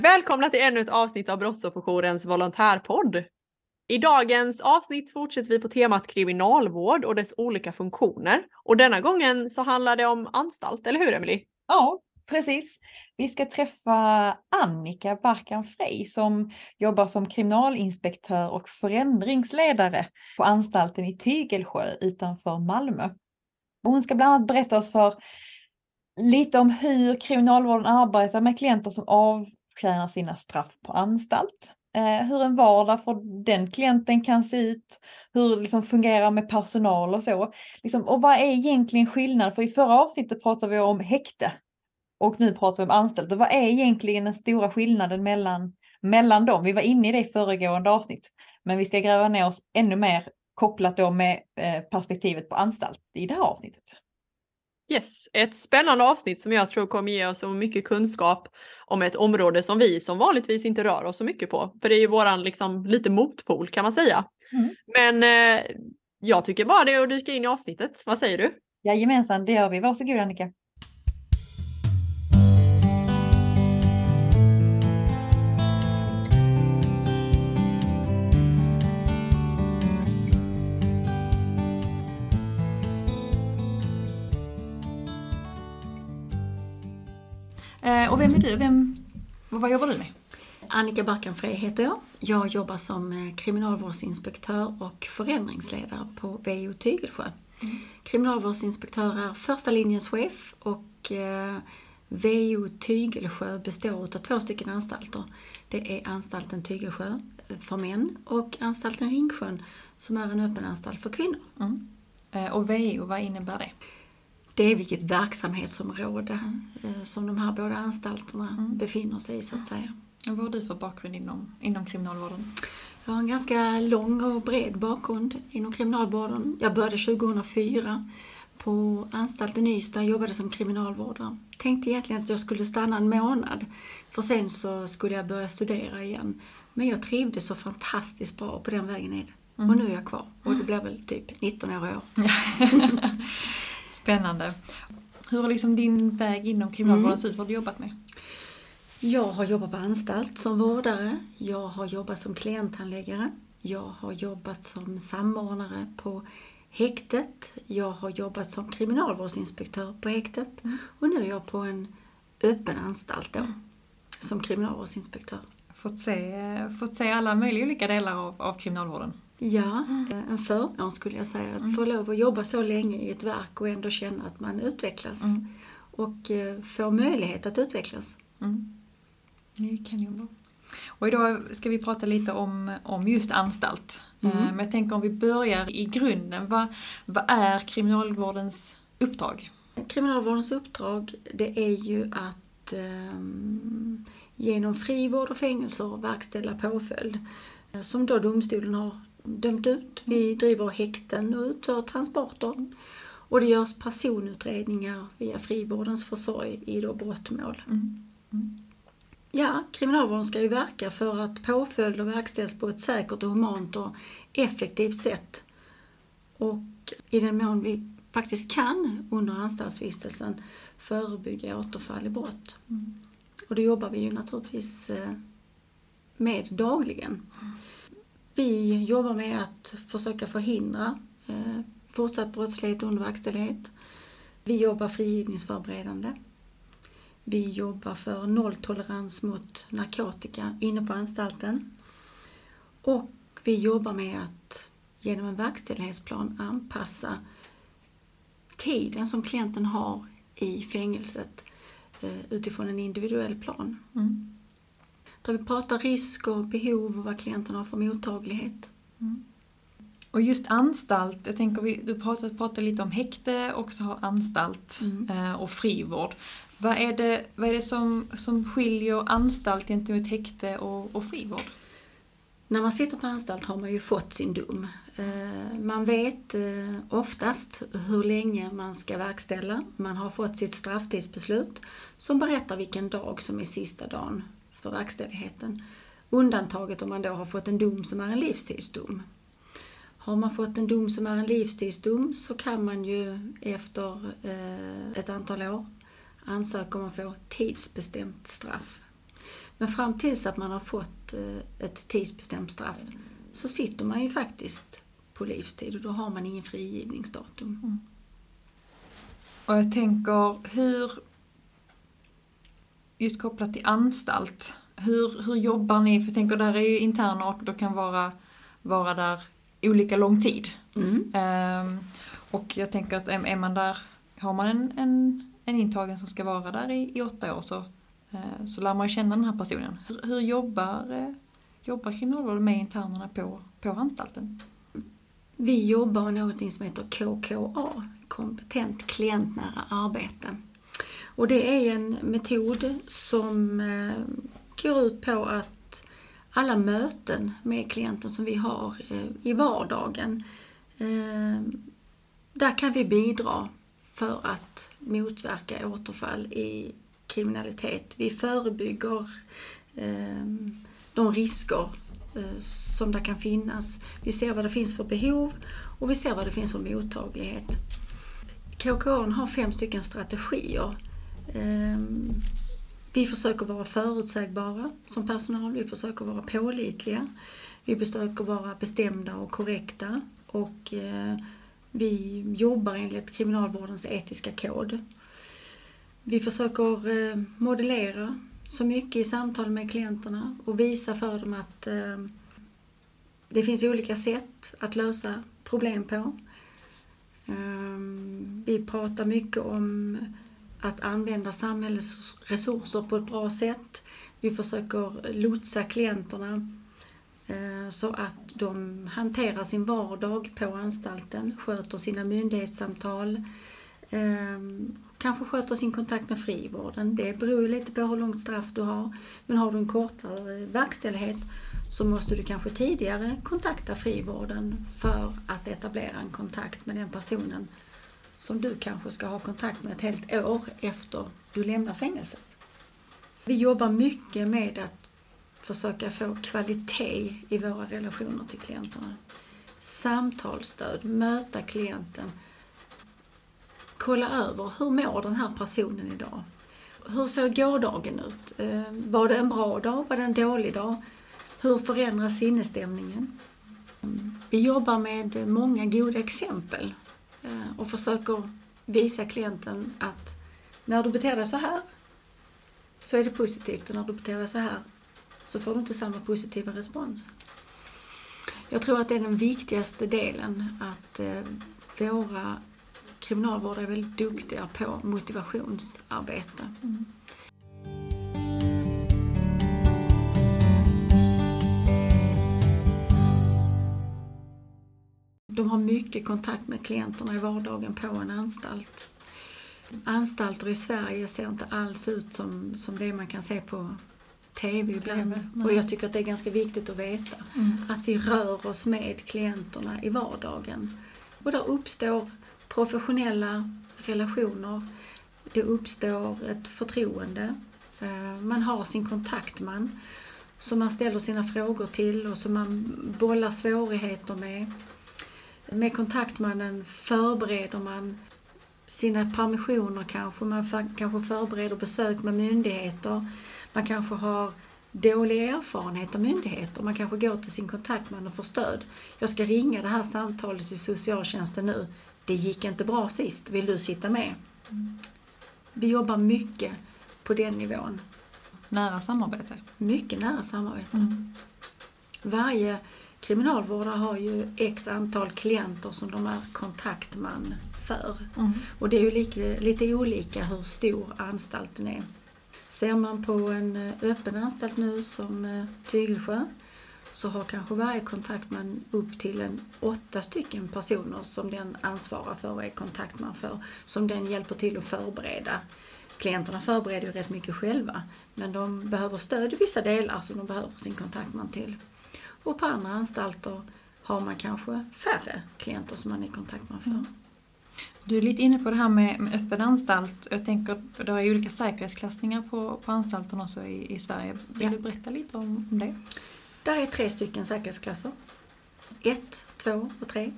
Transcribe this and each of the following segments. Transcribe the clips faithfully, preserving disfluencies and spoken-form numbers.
Välkomna till ännu ett avsnitt av Brottsofferjourens volontärpodd. I dagens avsnitt fortsätter vi på temat kriminalvård och dess olika funktioner. Och denna gången så handlar det om anstalt, eller hur Emily? Ja, precis. Vi ska träffa Annika Barkan-Frey som jobbar som kriminalinspektör och förändringsledare på anstalten i Tygelsjö utanför Malmö. Hon ska bland annat berätta oss för lite om hur kriminalvården arbetar med klienter som avtjänar sina straff på anstalt. Eh, hur en vardag för den klienten kan se ut, hur det liksom fungerar med personal och så. Liksom, och vad är egentligen skillnaden? För i förra avsnittet pratade vi om häkte och nu pratar vi om anstalt. Och vad är egentligen den stora skillnaden mellan, mellan dem? Vi var inne i det i föregående avsnitt, men vi ska gräva ner oss ännu mer kopplat då med eh, perspektivet på anstalt i det här avsnittet. Yes, ett spännande avsnitt som jag tror kommer ge oss så mycket kunskap om ett område som vi som vanligtvis inte rör oss så mycket på. För det är ju våran liksom lite motpol kan man säga. Mm. Men eh, jag tycker bara det är att dyka in i avsnittet. Vad säger du? Jajamensan, det gör vi. Varsågod Annika. Och vem är du? Vem, vad jobbar du med? Annika Barkan-Frey heter jag. Jag jobbar som kriminalvårdsinspektör och förändringsledare på V O Tygelsjö. Mm. Kriminalvårdsinspektör är första linjens chef och V O Tygelsjö består av två stycken anstalter. Det är anstalten Tygelsjö för män och anstalten Ringsjön som är en öppen anstalt för kvinnor. Mm. Och V O, vad innebär det? Det är vilket verksamhetsområde mm. som de här båda anstalterna mm. befinner sig i så att säga. Och vad har du för bakgrund inom, inom kriminalvården? Jag har en ganska lång och bred bakgrund inom kriminalvården. Jag började tjugohundrafyra på anstalten Ystad, jobbade som kriminalvårdare. Tänkte egentligen att jag skulle stanna en månad, för sen så skulle jag börja studera igen. Men jag trivdes så fantastiskt bra och på den vägen är det. Mm. Och nu är jag kvar och det blir väl typ nitton år i år. Spännande. Hur har liksom din väg inom kriminalvården sett ut? Vad har du jobbat med? Jag har jobbat på anstalt som vårdare. Jag har jobbat som klienthandläggare. Jag har jobbat som samordnare på häktet. Jag har jobbat som kriminalvårdsinspektör på häktet. Mm. Och nu är jag på en öppen anstalt då, mm. som kriminalvårdsinspektör. Fått se, fått se alla möjliga olika delar av, av kriminalvården. Ja, en förmån skulle jag säga. Att mm. få lov att jobba så länge i ett verk och ändå känna att man utvecklas. Mm. Och eh, få möjlighet att utvecklas. Mm. Det kan ju vara. Och idag ska vi prata lite om, om just anstalt. Mm. Men jag tänker om vi börjar i grunden. Vad, vad är kriminalvårdens uppdrag? Kriminalvårdens uppdrag det är ju att eh, genom frivård och fängelser verkställa påföljd. Som då domstolen har dömt ut. Vi driver häkten och utför transporter. Och det görs personutredningar via frivårdens försorg i då brottmål. Mm. Mm. Ja, kriminalvården ska ju verka för att påföljder verkställs på ett säkert och humant och effektivt sätt. Och i den mån vi faktiskt kan under anstaltsvistelsen förebygga återfall i brott. Mm. Och det jobbar vi ju naturligtvis med dagligen. Mm. Vi jobbar med att försöka förhindra eh, fortsatt brottslighet under verkställighet. Vi jobbar frigivningsförberedande. Vi jobbar för nolltolerans mot narkotika inne på anstalten. Och vi jobbar med att genom en verkställighetsplan anpassa tiden som klienten har i fängelset eh, utifrån en individuell plan. Mm. Där vi pratar risk och behov och vad klienten har för mottaglighet. Mm. Och just anstalt, jag tänker vi, du pratar, pratar lite om häkte och så har anstalt mm. eh, och frivård. Vad är det, vad är det som, som skiljer anstalt gentemot häkte och, och frivård? När man sitter på anstalt har man ju fått sin dom. Eh, man vet eh, oftast hur länge man ska verkställa. Man har fått sitt strafftidsbeslut som berättar vilken dag som är sista dagen för verkställigheten. Undantaget om man då har fått en dom som är en livstidsdom. Har man fått en dom som är en livstidsdom så kan man ju efter eh, ett antal år ansöka om att få tidsbestämt straff. Men fram tills att man har fått ett tidsbestämt straff så sitter man ju faktiskt på livstid och då har man ingen frigivningsdatum. Mm. Och jag tänker, hur, just kopplat till anstalt, hur, hur jobbar ni? För jag tänker, där är ju interner och då kan vara, vara där olika lång tid. Mm. Um, och jag tänker att är man där, har man en, en, en intagen som ska vara där i, i åtta år så, uh, så lär man ju känna den här personen. Hur, hur jobbar, uh, jobbar kriminalvården med internerna på, på anstalten? Vi jobbar med något som heter K K A, kompetent klientnära arbete. Och det är en metod som uh, går ut på att alla möten med klienten som vi har uh, i vardagen, uh, där kan vi bidra för att motverka återfall i kriminalitet. Vi förebygger eh, de risker eh, som där kan finnas. Vi ser vad det finns för behov och vi ser vad det finns för mottaglighet. K K A har fem stycken strategier. Eh, vi försöker vara förutsägbara som personal. Vi försöker vara pålitliga. Vi försöker vara bestämda och korrekta. Och eh, vi jobbar enligt kriminalvårdens etiska kod. Vi försöker eh, modellera så mycket i samtal med klienterna och visa för dem att eh, det finns olika sätt att lösa problem på. Eh, vi pratar mycket om att använda samhällets resurser på ett bra sätt. Vi försöker lotsa klienterna så att de hanterar sin vardag på anstalten, sköter sina myndighetssamtal, eh, kanske sköter sin kontakt med frivården. Det beror lite på hur långt straff du har. Men har du en kortare verkställighet så måste du kanske tidigare kontakta frivården för att etablera en kontakt med den personen som du kanske ska ha kontakt med ett helt år efter du lämnar fängelset. Vi jobbar mycket med att försöka få kvalitet i våra relationer till klienterna. Samtalsstöd, möta klienten. Kolla över, hur mår den här personen idag? Hur ser gårdagen ut? Var det en bra dag? Var det en dålig dag? Hur förändras sinnesstämningen? Vi jobbar med många goda exempel och försöker visa klienten att när du beter dig så här så är det positivt och när du beter dig så här så får du inte samma positiva respons. Jag tror att det är den viktigaste delen, att eh, våra kriminalvårdare är väldigt duktiga på motivationsarbete. Mm. De har mycket kontakt med klienterna i vardagen på en anstalt. Anstalter i Sverige ser inte alls ut som, som det man kan se på tv ibland. Mm. Och jag tycker att det är ganska viktigt att veta mm. att vi rör oss med klienterna i vardagen. Och där uppstår professionella relationer. Det uppstår ett förtroende. Man har sin kontaktman som man ställer sina frågor till och som man bollar svårigheter med. Med kontaktmannen förbereder man sina permissioner kanske. Man för, kanske förbereder besök med myndigheter. Man kanske har dålig erfarenhet av myndigheter. Man kanske går till sin kontaktman och får stöd. Jag ska ringa det här samtalet till socialtjänsten nu. Det gick inte bra sist. Vill du sitta med? Mm. Vi jobbar mycket på den nivån. Nära samarbete? Mycket nära samarbete. Mm. Varje kriminalvårdare har ju x antal klienter som de är kontaktman för. Mm. Och det är ju lite, lite olika hur stor anstalten är. Ser man på en öppen anstalt nu som Tygelsjö så har kanske varje kontaktman upp till en åtta stycken personer som den ansvarar för och är kontaktman för. Som den hjälper till att förbereda. Klienterna förbereder ju rätt mycket själva, men de behöver stöd i vissa delar som de behöver sin kontaktman till. Och på andra anstalter har man kanske färre klienter som man är kontaktman för. Mm. Du är lite inne på det här med, med öppen anstalt. Jag tänker att det är olika säkerhetsklassningar på, på anstalten också i, i Sverige. Vill ja. du berätta lite om, om det? Där är tre stycken säkerhetsklasser. Ett, två och tre.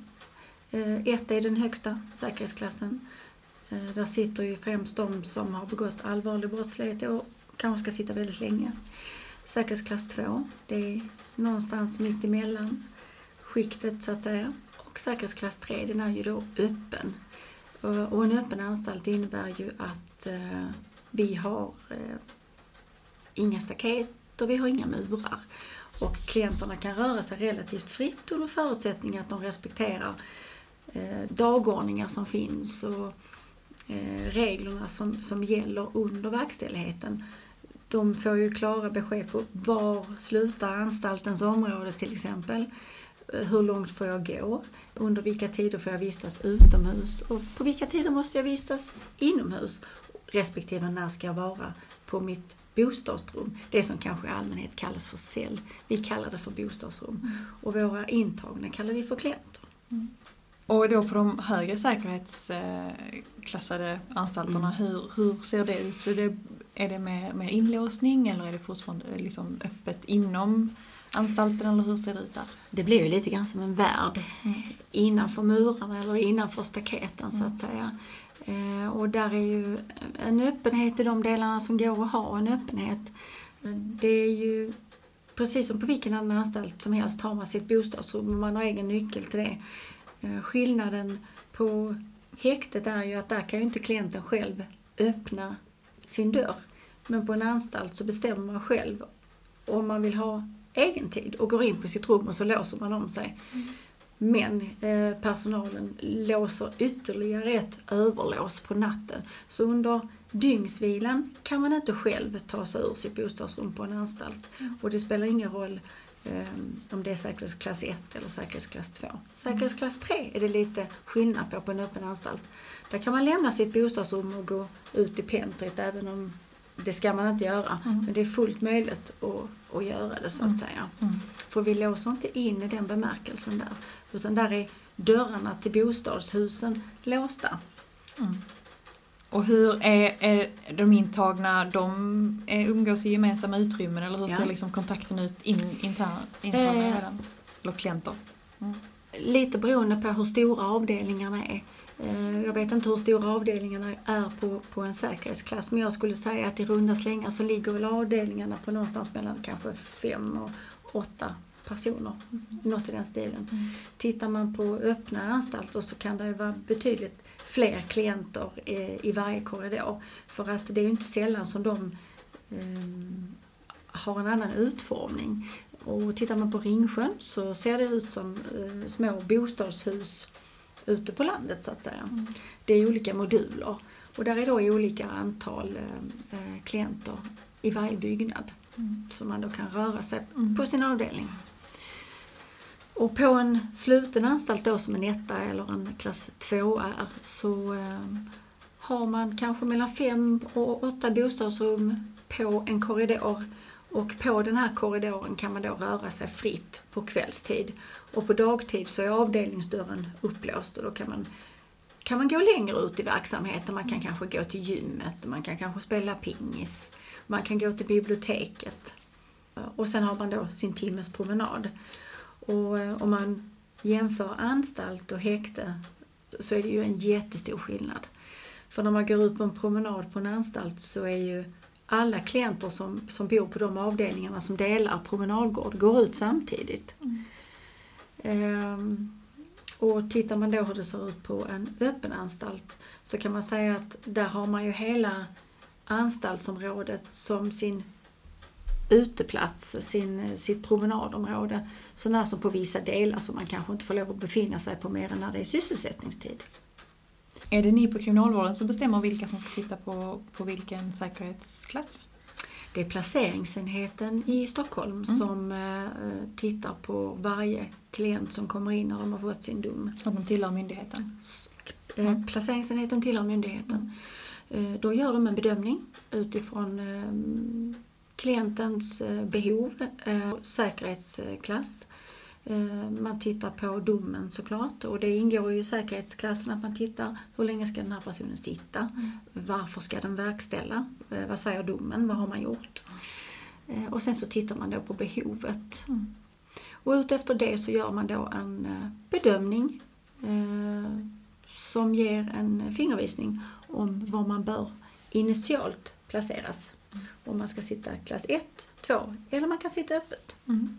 Ett är den högsta säkerhetsklassen. Där sitter ju främst de som har begått allvarlig brottslighet och kanske ska sitta väldigt länge. säkerhetsklass två, det är någonstans mitt emellan skiktet så att säga. Och säkerhetsklass tre, den är ju då öppen. Och en öppen anstalt innebär ju att eh, vi har eh, inga staket och vi har inga murar. Och klienterna kan röra sig relativt fritt under förutsättning att de respekterar eh, dagordningar som finns och eh, reglerna som, som gäller under verkställigheten. De får ju klara besked på var slutar anstaltens område till exempel. Hur långt får jag gå? Under vilka tider får jag vistas utomhus? Och på vilka tider måste jag vistas inomhus? Respektive när ska jag vara på mitt bostadsrum? Det som kanske i allmänhet kallas för cell. Vi kallar det för bostadsrum. Mm. Och våra intagna kallar vi för klienter. Mm. Och då på de högre säkerhetsklassade anstalterna, mm. hur, hur ser det ut? Är det, är det med, med inlåsning eller är det fortfarande liksom öppet inom anstalten eller hur ser det ut där? Det blir ju lite grann som en värld mm. innanför murarna eller innanför staketen så att säga. Eh, och där är ju en öppenhet i de delarna som går att ha en öppenhet. Det är ju precis som på vilken annan anstalt som helst har man sitt bostadsrum och man har egen nyckel till det. Eh, skillnaden på häktet är ju att där kan ju inte klienten själv öppna sin dörr. Men på en anstalt så bestämmer man själv om man vill ha egen tid och går in på sitt rum och så låser man om sig. Mm. Men eh, personalen låser ytterligare ett överlås på natten. Så under dygnsvilan kan man inte själv ta sig ur sitt bostadsrum på en anstalt. Mm. Och det spelar ingen roll eh, om det är säkerhetsklass ett eller säkerhetsklass två. Säkerhetsklass tre är det lite skillnad på på en öppen anstalt. Där kan man lämna sitt bostadsrum och gå ut i pentryt även om det ska man inte göra. Mm. Men det är fullt möjligt att, att göra det så att säga. Mm. För vi låser inte in i den bemärkelsen där. Utan där är dörrarna till bostadshusen låsta. Mm. Och hur är, är de intagna, de är, umgås i gemensamma utrymmen eller hur ser ja. liksom kontakten ut in, intern, intagna eh, redan? Eller klienter? Mm. Lite beroende på hur stora avdelningarna är. Jag vet inte hur stora avdelningarna är på, på en säkerhetsklass, men jag skulle säga att i runda slängar så ligger väl avdelningarna på någonstans mellan kanske fem och åtta personer, mm. något i den stilen. Mm. Tittar man på öppna anstalter så kan det vara betydligt fler klienter i, i varje korridor, för att det är ju inte sällan som de um, har en annan utformning. Och tittar man på Ringsjön så ser det ut som uh, små bostadshus ute på landet så att säga. Mm. Det är olika moduler och där är då olika antal eh, klienter i varje byggnad mm. som man då kan röra sig mm. på sin avdelning. Och på en sluten anstalt då som en etta eller en klass två är så eh, har man kanske mellan fem och åtta bostadsrum på en korridor. Och på den här korridoren kan man då röra sig fritt på kvällstid. Och på dagtid så är avdelningsdörren upplåst och då kan man, kan man gå längre ut i verksamheten. Man kan kanske gå till gymmet, man kan kanske spela pingis, man kan gå till biblioteket. Och sen har man då sin timmes promenad. Och om man jämför anstalt och häkte så är det ju en jättestor skillnad. För när man går ut på en promenad på en anstalt så är ju alla klienter som, som bor på de avdelningarna som delar promenadgård går ut samtidigt. Mm. Ehm, och tittar man då hur det ser ut på en öppen anstalt så kan man säga att där har man ju hela anstaltsområdet som sin uteplats, sin, sitt promenadområde. Så när som på vissa delar som man kanske inte får lov att befinna sig på mer än när det är sysselsättningstid. Är det ni på kriminalvården som bestämmer vilka som ska sitta på, på vilken säkerhetsklass? Det är placeringsenheten i Stockholm mm. som eh, tittar på varje klient som kommer in när de har fått sin dom. Så de tillhör myndigheten? Eh, mm. Placeringsenheten tillhör myndigheten. Mm. Eh, då gör de en bedömning utifrån eh, klientens eh, behov, eh, säkerhetsklass. Man tittar på domen såklart och det ingår ju i säkerhetsklassen att man tittar hur länge ska den här personen sitta, mm. varför ska den verkställa, vad säger domen, vad har man gjort. Och sen så tittar man då på behovet. Mm. Och utefter det så gör man då en bedömning eh, som ger en fingervisning om var man bör initialt placeras. Och man ska sitta klass ett, två eller man kan sitta öppet. Mm.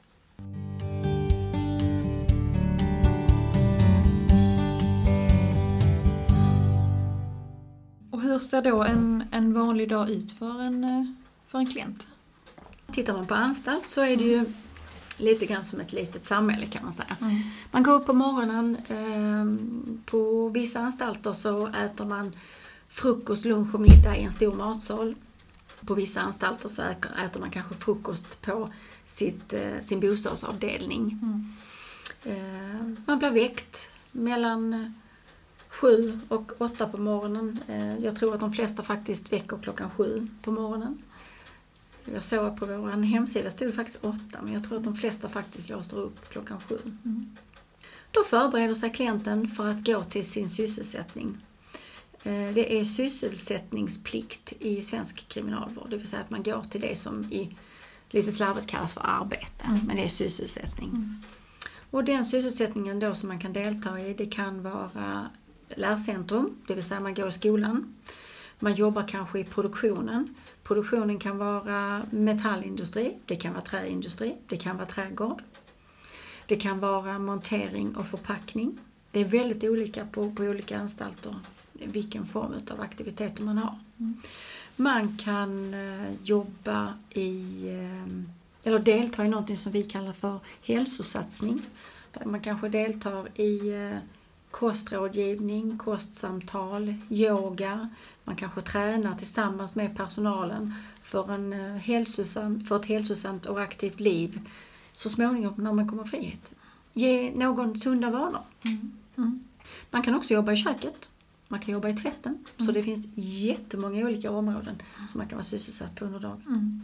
Och hur ser då en, en vanlig dag ut för en, för en klient? Tittar man på anstalt så är det ju lite grann som ett litet samhälle kan man säga. Mm. Man går upp på morgonen, eh, på vissa anstalter så äter man frukost, lunch och middag i en stor matsal. På vissa anstalter så äter man kanske frukost på sitt, eh, sin bostadsavdelning. Mm. Eh, man blir väckt mellan sju och åtta på morgonen. Eh, jag tror att de flesta faktiskt väcker klockan sju på morgonen. Jag såg att på vår hemsida stod det faktiskt åtta, men jag tror att de flesta faktiskt låser upp klockan sju. Mm. Då förbereder sig klienten för att gå till sin sysselsättning. Det är sysselsättningsplikt i svensk kriminalvård, det vill säga att man går till det som i lite slarvigt kallas för arbete, mm. men det är sysselsättning. Mm. Och den sysselsättningen då som man kan delta i, det kan vara lärcentrum, det vill säga man går i skolan. Man jobbar kanske i produktionen. Produktionen kan vara metallindustri, det kan vara träindustri, det kan vara trädgård. Det kan vara montering och förpackning. Det är väldigt olika på, på olika anstalter vilken form av aktiviteter man har. Mm. Man kan eh, jobba i, eh, eller delta i något som vi kallar för hälsosatsning. Där man kanske deltar i eh, kostrådgivning, kostsamtal, yoga. Man kanske tränar tillsammans med personalen för, en, eh, hälsosam, för ett hälsosamt och aktivt liv. Så småningom när man kommer frihet. Ge någon sunda vanor. Mm. Mm. Man kan också jobba i köket. Man kan jobba i tvätten. Mm. Så det finns jättemånga olika områden som man kan vara sysselsatt på under dagen. Mm.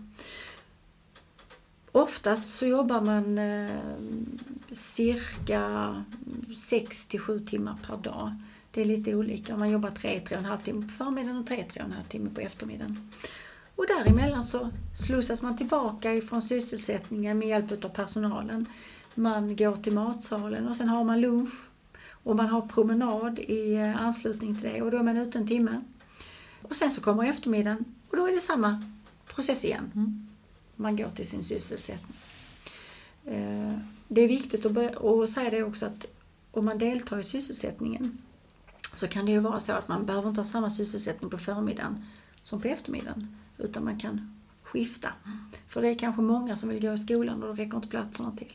Oftast så jobbar man eh, cirka sex till sju timmar per dag. Det är lite olika. Man jobbar tre till tre och en halv timme på förmiddagen och tre till tre och en halv timme på eftermiddagen. Och däremellan så slussas man tillbaka ifrån sysselsättningen med hjälp av personalen. Man går till matsalen och sen har man lunch. Och man har promenad i anslutning till det och då är man ute en timme. Och sen så kommer eftermiddagen och då är det samma process igen. Mm. Man går till sin sysselsättning. Det är viktigt att, börja, att säga det också att om man deltar i sysselsättningen så kan det ju vara så att man behöver inte ha samma sysselsättning på förmiddagen som på eftermiddagen. Utan man kan skifta. För det är kanske många som vill gå i skolan och då räcker inte platserna till.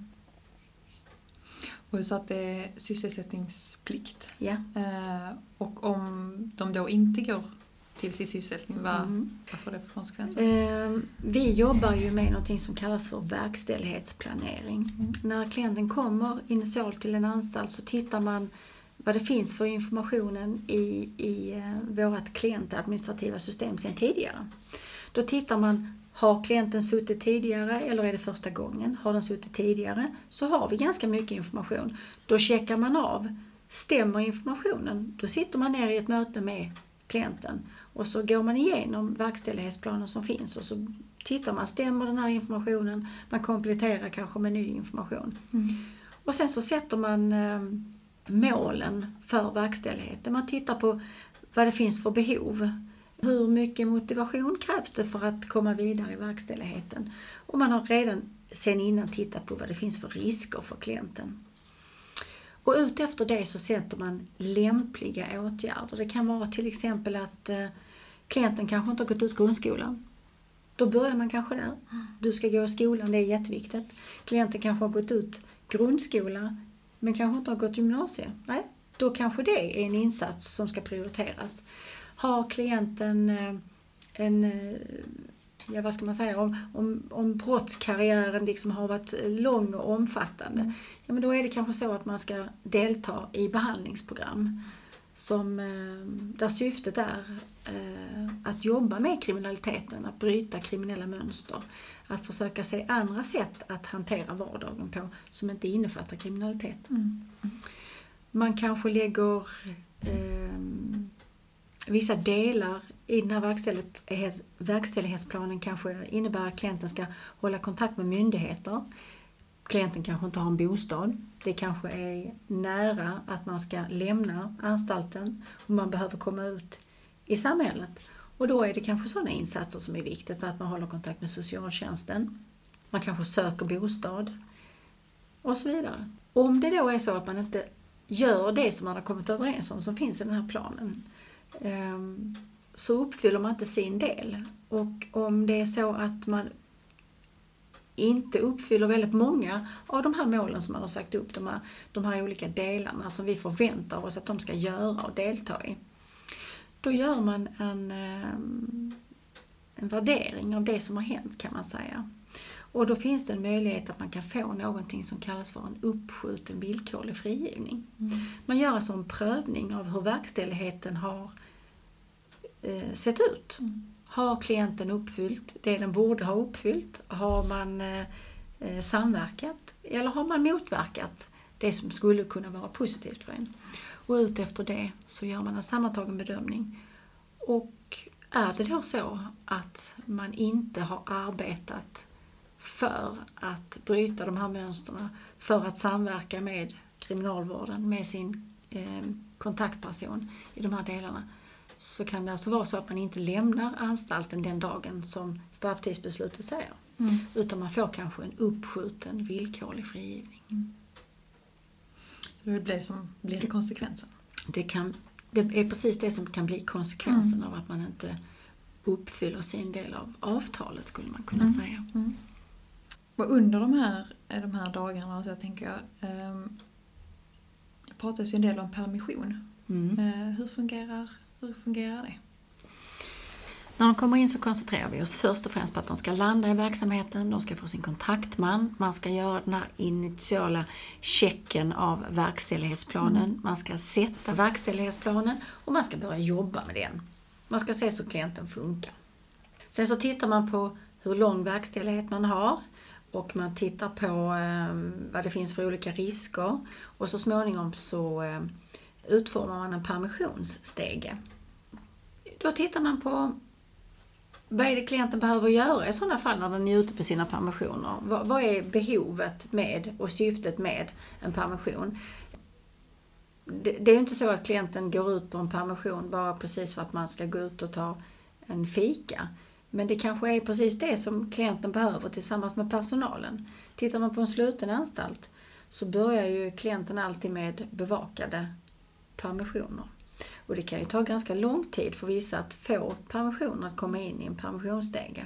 Och du sa att det är sysselsättningsplikt. Ja. Eh, och om de då inte går till sin sysselsättning, vad, Mm. vad får det för konsekvenser? Eh, vi jobbar ju med något som kallas för verkställighetsplanering. Mm. När klienten kommer initialt till en anstalt så tittar man vad det finns för informationen i, i eh, vårt klientadministrativa system sedan tidigare. Då tittar man, har klienten suttit tidigare eller är det första gången? Har den suttit tidigare så har vi ganska mycket information. Då checkar man av, stämmer informationen? Då sitter man ner i ett möte med klienten och så går man igenom verkställighetsplanen som finns och så tittar man, stämmer den här informationen? Man kompletterar kanske med ny information. Mm. Och sen så sätter man eh, målen för verkställigheten. Man tittar på vad det finns för behov. Hur mycket motivation krävs det för att komma vidare i verkställigheten? Och man har redan sen innan tittat på vad det finns för risker för klienten. Och ut efter det så sätter man lämpliga åtgärder. Det kan vara till exempel att eh, klienten kanske inte har gått ut grundskolan. Då börjar man kanske där. Du ska gå i skolan, det är jätteviktigt. Klienten kanske har gått ut grundskola men kanske inte har gått gymnasiet. Nej, då kanske det är en insats som ska prioriteras. Har klienten en, ja vad ska man säga, om, om, om brottskarriären liksom har varit lång och omfattande, ja men då är det kanske så att man ska delta i behandlingsprogram som, där syftet är att jobba med kriminaliteten, att bryta kriminella mönster, att försöka se andra sätt att hantera vardagen på som inte innefattar kriminalitet. Mm. Mm. Man kanske lägger eh, vissa delar i den här verkställighet, verkställighetsplanen kanske innebär att klienten ska hålla kontakt med myndigheter. Klienten kanske inte har en bostad. Det kanske är nära att man ska lämna anstalten och man behöver komma ut i samhället. Och då är det kanske sådana insatser som är viktigt, att man håller kontakt med socialtjänsten. Man kanske söker bostad och så vidare. Om det då är så att man inte gör det som man har kommit överens om som finns i den här planen, så uppfyller man inte sin del. Och om det är så att man inte uppfyller väldigt många av de här målen som man har sagt upp, de här, de här olika delarna som vi förväntar oss att de ska göra och delta i, då gör man en, en värdering av det som har hänt, kan man säga. Och då finns det en möjlighet att man kan få någonting som kallas för en uppskjuten villkorlig frigivning. Mm. Man gör alltså en prövning av hur verkställigheten har eh, sett ut. Mm. Har klienten uppfyllt det den borde ha uppfyllt? Har man eh, samverkat? Eller har man motverkat det som skulle kunna vara positivt för en? Och ut efter det så gör man en sammantagen bedömning. Och är det då så att man inte har arbetat för att bryta de här mönsterna, för att samverka med kriminalvården, med sin eh, kontaktperson i de här delarna, så kan det alltså vara så att man inte lämnar anstalten den dagen som strafftidsbeslutet säger. Mm. Utan man får kanske en uppskjuten villkorlig frigivning. Mm. Det blir som blir konsekvensen? Det, kan, det är precis det som kan bli konsekvensen mm. av att man inte uppfyller sin del av avtalet, skulle man kunna mm. säga. Mm. Och under de här, de här dagarna så jag tänker jag, eh, pratas ju en del om permission. Mm. Eh, hur, fungerar, hur fungerar det? När de kommer in så koncentrerar vi oss först och främst på att de ska landa i verksamheten, de ska få sin kontaktman, man ska göra den här initiala checken av verkställighetsplanen, mm. man ska sätta verkställighetsplanen och man ska börja jobba med den. Man ska se så klienten funkar. Sen så tittar man på hur lång verkställighet man har. Och man tittar på eh, vad det finns för olika risker. Och så småningom så eh, utformar man en permissionsstege. Då tittar man på vad är det klienten behöver göra i sådana fall när den är ute på sina permissioner. Vad, vad är behovet med och syftet med en permission? Det, det är ju inte så att klienten går ut på en permission bara precis för att man ska gå ut och ta en fika. Men det kanske är precis det som klienten behöver tillsammans med personalen. Tittar man på en sluten anstalt så börjar ju klienten alltid med bevakade permissioner. Och det kan ju ta ganska lång tid för vissa att få permissioner att komma in i en permissionsstege.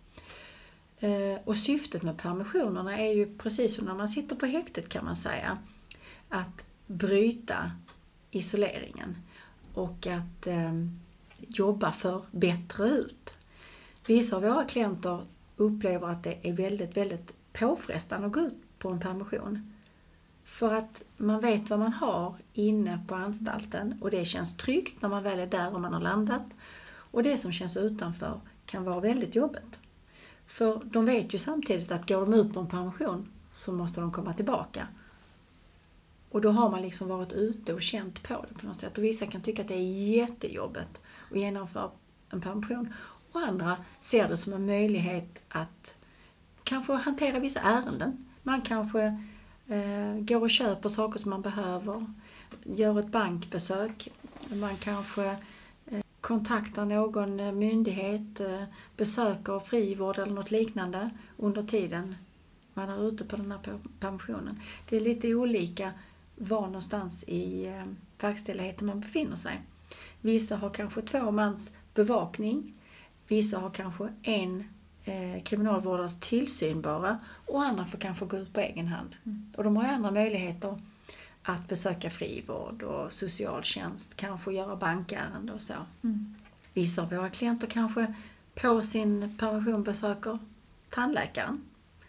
Och syftet med permissionerna är ju precis som när man sitter på häktet, kan man säga, att bryta isoleringen och att eh, jobba för bättre ut. Vissa av våra klienter upplever att det är väldigt, väldigt påfrestande att gå ut på en permission. För att man vet vad man har inne på anstalten och det känns tryggt när man väl är där och man har landat. Och det som känns utanför kan vara väldigt jobbigt. För de vet ju samtidigt att går de ut på en permission så måste de komma tillbaka. Och då har man liksom varit ute och känt på det på något sätt. Och vissa kan tycka att det är jättejobbigt att genomföra en permission. Och andra ser det som en möjlighet att kanske hantera vissa ärenden. Man kanske eh, går och köper saker som man behöver. Gör ett bankbesök. Man kanske eh, kontaktar någon myndighet. Eh, besöker frivård eller något liknande under tiden man är ute på den här permissionen. Det är lite olika var någonstans i eh, verkställigheten man befinner sig. Vissa har kanske två mans bevakning. Vissa har kanske en eh, kriminalvårdares tillsyn bara och andra får kanske gå ut på egen hand. Mm. Och de har andra möjligheter att besöka frivård och socialtjänst, kanske göra bankärende och så. Mm. Vissa av våra klienter kanske på sin permission besöker tandläkaren.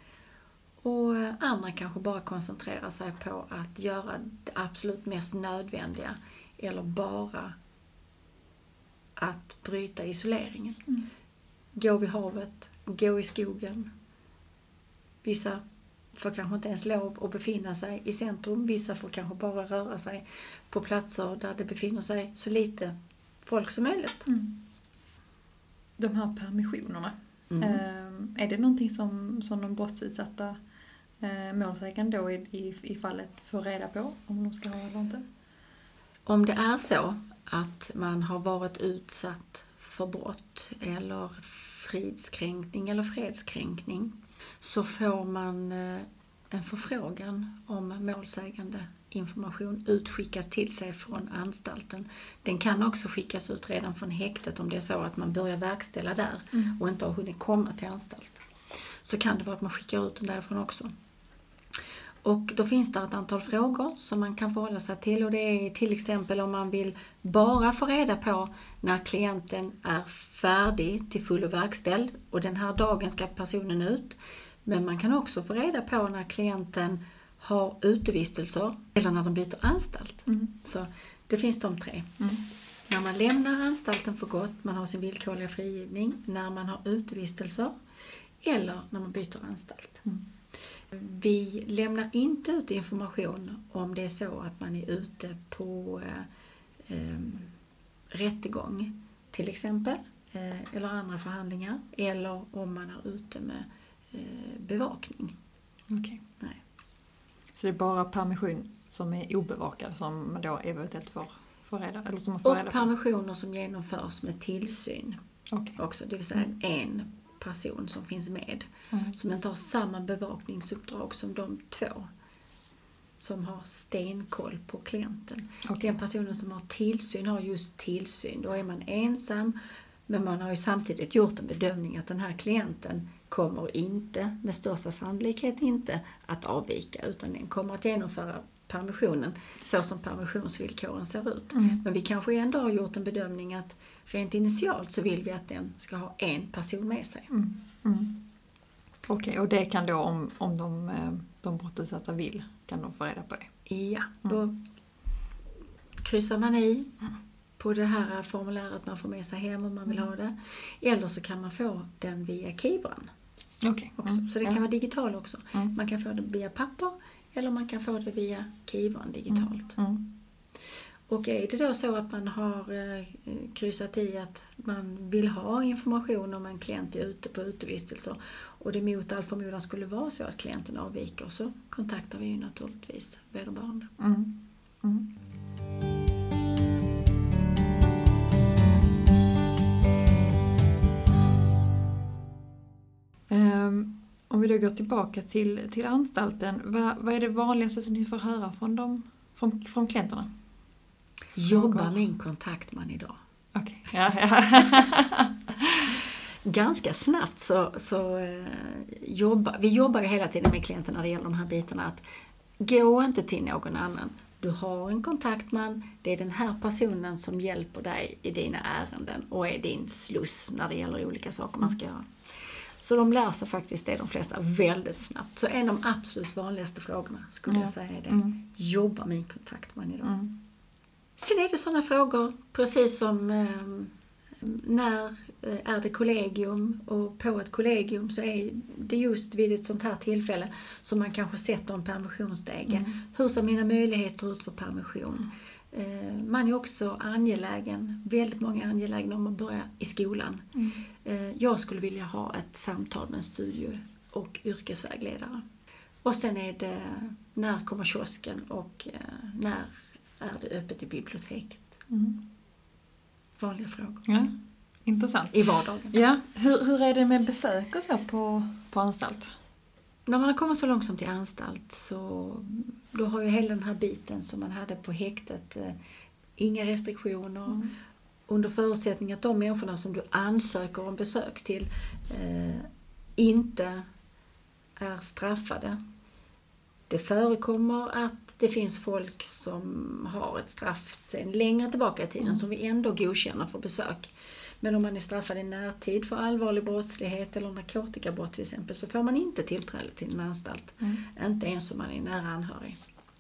Och andra kanske bara koncentrerar sig på att göra det absolut mest nödvändiga eller bara att bryta isoleringen. Mm. Gå vid havet, gå i skogen. Vissa får kanske inte ens lov att befinna sig i centrum. Vissa får kanske bara röra sig på platser där det befinner sig så lite folk som möjligt. Mm. De här permissionerna, mm. eh, är det någonting som, som de brottsutsatta eh, målsägande då i, i, i fallet får reda på om de ska ha eller inte? Om det är så att man har varit utsatt för brott eller fridskränkning eller fredskränkning, så får man en förfrågan om målsägande information utskickad till sig från anstalten. Den kan också skickas ut redan från häktet om det är så att man börjar verkställa där mm. och inte har hunnit komma till anstalt. Så kan det vara att man skickar ut den därifrån också. Och då finns det ett antal frågor som man kan förhålla sig till, och det är till exempel om man vill bara få reda på när klienten är färdig till full och verkställd, och den här dagen ska personen ut. Men man kan också få reda på när klienten har utevistelser eller när de byter anstalt. Mm. Så det finns de tre. Mm. När man lämnar anstalten för gott, man har sin villkorliga frigivning, när man har utevistelser eller när man byter anstalt. Mm. Vi lämnar inte ut information om det är så att man är ute på eh, eh, rättegång till exempel, eh, eller andra förhandlingar, eller om man är ute med eh, bevakning. Okej. Nej. Så det är bara permission som är obevakad som man då eventuellt får, får reda, eller som man får och reda på? permissioner som genomförs med tillsyn. Okay. Också, det vill säga mm. en person som finns med. Mm. Som inte har samma bevakningsuppdrag som de två som har stenkoll på klienten. Okay. Den personen som har tillsyn har just tillsyn. Då är man ensam, men man har ju samtidigt gjort en bedömning att den här klienten kommer inte, med största sannolikhet inte, att avvika, utan den kommer att genomföra permissionen så som permissionsvillkoren ser ut. Mm. Men vi kanske ändå har gjort en bedömning att rent initialt så vill vi att den ska ha en person med sig. Mm. Mm. Okej, okay, och det kan då om, om de, de brottsutsatta vill, kan de få reda på det? Ja, då mm. kryssar man i på det här formuläret man får med sig hem om man vill ha det. Eller så kan man få den via Kivran. Okay. Också. Mm. Så det kan ja. vara digital också. Mm. Man kan få det via papper eller man kan få det via Kivran digitalt. Mm. Mm. Och är det då så att man har eh, kryssat i att man vill ha information om en klient är ute på utevistelser och det mot all förmodan skulle vara så att klienten avviker, så kontaktar vi ju naturligtvis vederbörande. Mm. Mm. Um, om vi då går tillbaka till, till anstalten, vad, vad är det vanligaste som ni får höra från, dem, från, från klienterna? Jobbar min kontaktman idag? Okej. Okay. Ja, ja. Ganska snabbt så, så eh, jobbar vi jobbar ju hela tiden med klienterna när det gäller de här bitarna, att gå inte till någon annan. Du har en kontaktman, det är den här personen som hjälper dig i dina ärenden och är din sluss när det gäller olika saker man ska göra. Så de lär sig faktiskt det, de flesta, väldigt snabbt. Så en av de absolut vanligaste frågorna skulle mm. jag säga är det. Mm. Jobbar min kontaktman idag? Mm. Sen är det sådana frågor, precis som eh, när är det kollegium, och på ett kollegium så är det just vid ett sånt här tillfälle som man kanske sätter en permissionsstege. Mm. Hur ser mina möjligheter ut för permission? Eh, man är också angelägen, väldigt många är angelägna om att börja i skolan. Mm. Eh, jag skulle vilja ha ett samtal med en studie- och yrkesvägledare. Och sen är det, när kommer kiosken och eh, när är det öppet i biblioteket? Mm. Vanliga frågor. Ja, intressant. I vardagen. Ja. Hur, hur är det med besök och så på, på anstalt? När man har kommit så långt som till anstalt så då har ju hela den här biten som man hade på häktet, eh, inga restriktioner. Mm. Under förutsättning att de människorna som du ansöker om besök till eh, inte är straffade. Det förekommer att det finns folk som har ett straff sedan längre tillbaka i tiden mm. som vi ändå godkänner för besök. Men om man är straffad i närtid för allvarlig brottslighet eller narkotikabrott till exempel, så får man inte tillträde till en anstalt. Mm. Inte ens om man är nära anhörig.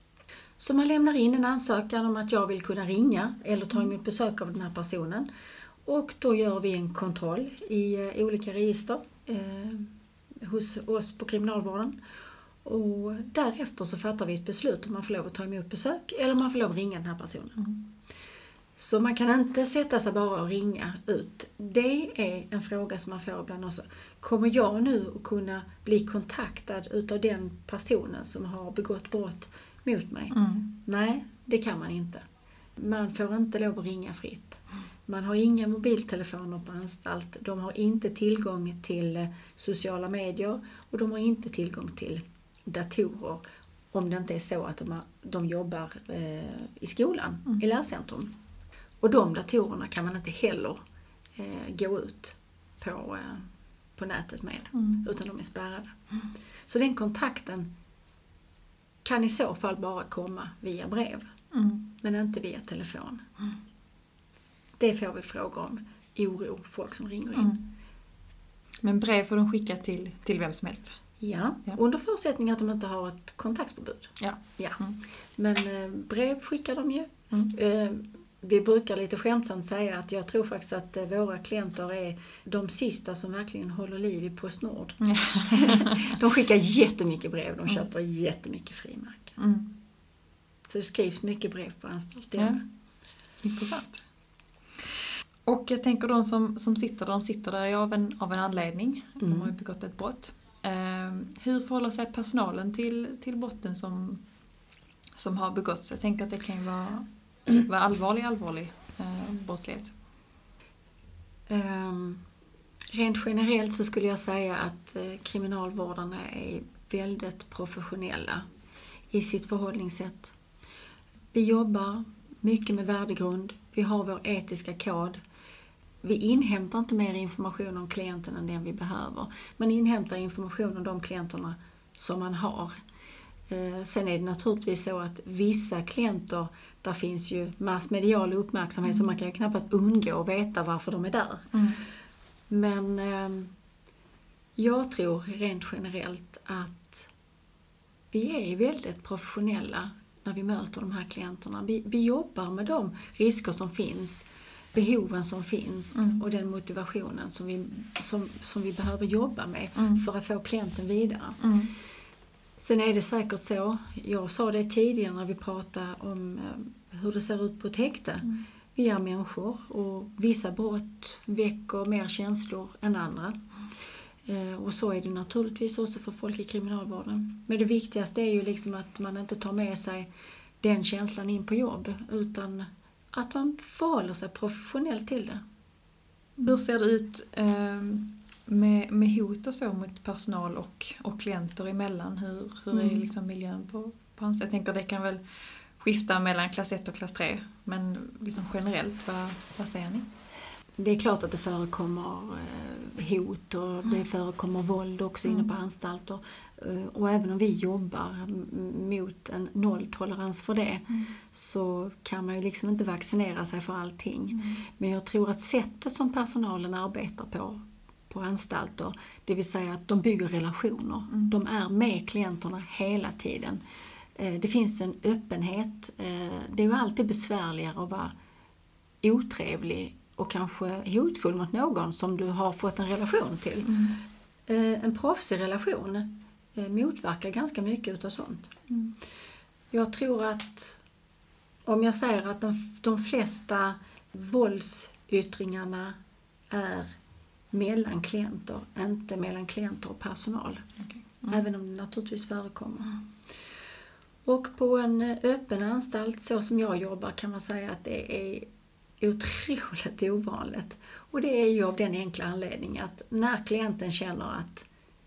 Så man lämnar in en ansökan om att jag vill kunna ringa eller ta emot besök av den här personen. Och då gör vi en kontroll i eh, olika register eh, hos oss på kriminalvården. Och därefter så fattar vi ett beslut om man får lov att ta emot besök eller om man får lov att ringa den här personen. Mm. Så man kan inte sätta sig bara och ringa ut. Det är en fråga som man får ibland också. Kommer jag nu att kunna bli kontaktad utav den personen som har begått brott mot mig? Mm. Nej, det kan man inte. Man får inte lov att ringa fritt. Man har inga mobiltelefoner på anstalt. De har inte tillgång till sociala medier och de har inte tillgång till datorer om det inte är så att de, har, de jobbar eh, i skolan, mm. i lärcentrum. Och de datorerna kan man inte heller eh, gå ut på, eh, på nätet med, mm. utan de är spärrade. Mm. Så den kontakten kan i så fall bara komma via brev, mm. men inte via telefon. Mm. Det får vi frågor om, oro, folk som ringer in. Mm. Men brev får de skicka till, till vem som helst? Ja, ja, under förutsättning att de inte har ett kontaktförbud. Ja. Ja. Mm. Men eh, brev skickar de ju. Mm. Eh, vi brukar lite skämtsamt säga att jag tror faktiskt att eh, våra klienter är de sista som verkligen håller liv i Postnord. Mm. De skickar jättemycket brev, de köper mm. jättemycket frimärken. Mm. Så det skrivs mycket brev på anstalt. Ja. Intressant. Och jag tänker de som, som sitter där, de sitter där av en, av en anledning. Mm. De har ju begått ett brott. Eh, hur förhåller sig personalen till, till brotten som, som har begåtts? Jag tänker att det kan vara, vara allvarlig, allvarlig eh, brottslighet. Um, rent generellt så skulle jag säga att eh, kriminalvårdarna är väldigt professionella i sitt förhållningssätt. Vi jobbar mycket med värdegrund. Vi har vår etiska kod. Vi inhämtar inte mer information om klienten än den vi behöver. Man inhämtar information om de klienterna som man har. Eh, sen är det naturligtvis så att vissa klienter, där finns ju massmedial uppmärksamhet, mm. så man kan ju knappast undgå att veta varför de är där. Mm. Men eh, jag tror rent generellt att vi är väldigt professionella när vi möter de här klienterna. Vi, vi jobbar med de risker som finns, behoven som finns mm. och den motivationen som vi, som, som vi behöver jobba med mm. för att få klienten vidare. Mm. Sen är det säkert så, jag sa det tidigare när vi pratade om hur det ser ut på ett häkte. Mm. Vi är människor och vissa brott väcker mer känslor än andra. Mm. Och så är det naturligtvis också för folk i kriminalvården. Men det viktigaste är ju liksom att man inte tar med sig den känslan in på jobb, utan att man förhåller sig professionellt till det. Hur ser det ut eh, med, med hot och så mot personal och, och klienter emellan? Hur, hur mm. är liksom miljön på, på anstalt? Jag tänker att det kan väl skifta mellan klass ett och klass tre. Men liksom generellt, vad, vad säger ni? Det är klart att det förekommer hot och mm. det förekommer våld också mm. inne på anstalter. Och även om vi jobbar mot en nolltolerans för det mm. så kan man ju liksom inte vaccinera sig för allting. Mm. Men jag tror att sättet som personalen arbetar på på anstalter, det vill säga att de bygger relationer. Mm. De är med klienterna hela tiden. Det finns en öppenhet. Det är ju alltid besvärligare att vara otrevlig och kanske hotfull mot någon som du har fått en relation till. Mm. En proffsig relation motverkar ganska mycket utav sånt. Mm. Jag tror att om jag säger att de, de flesta våldsyttringarna är mellan klienter, inte mellan klienter och personal. Okay. Mm. Även om det naturligtvis förekommer. Mm. Och på en öppen anstalt, så som jag jobbar, kan man säga att det är otroligt ovanligt. Och det är ju av den enkla anledningen att när klienten känner att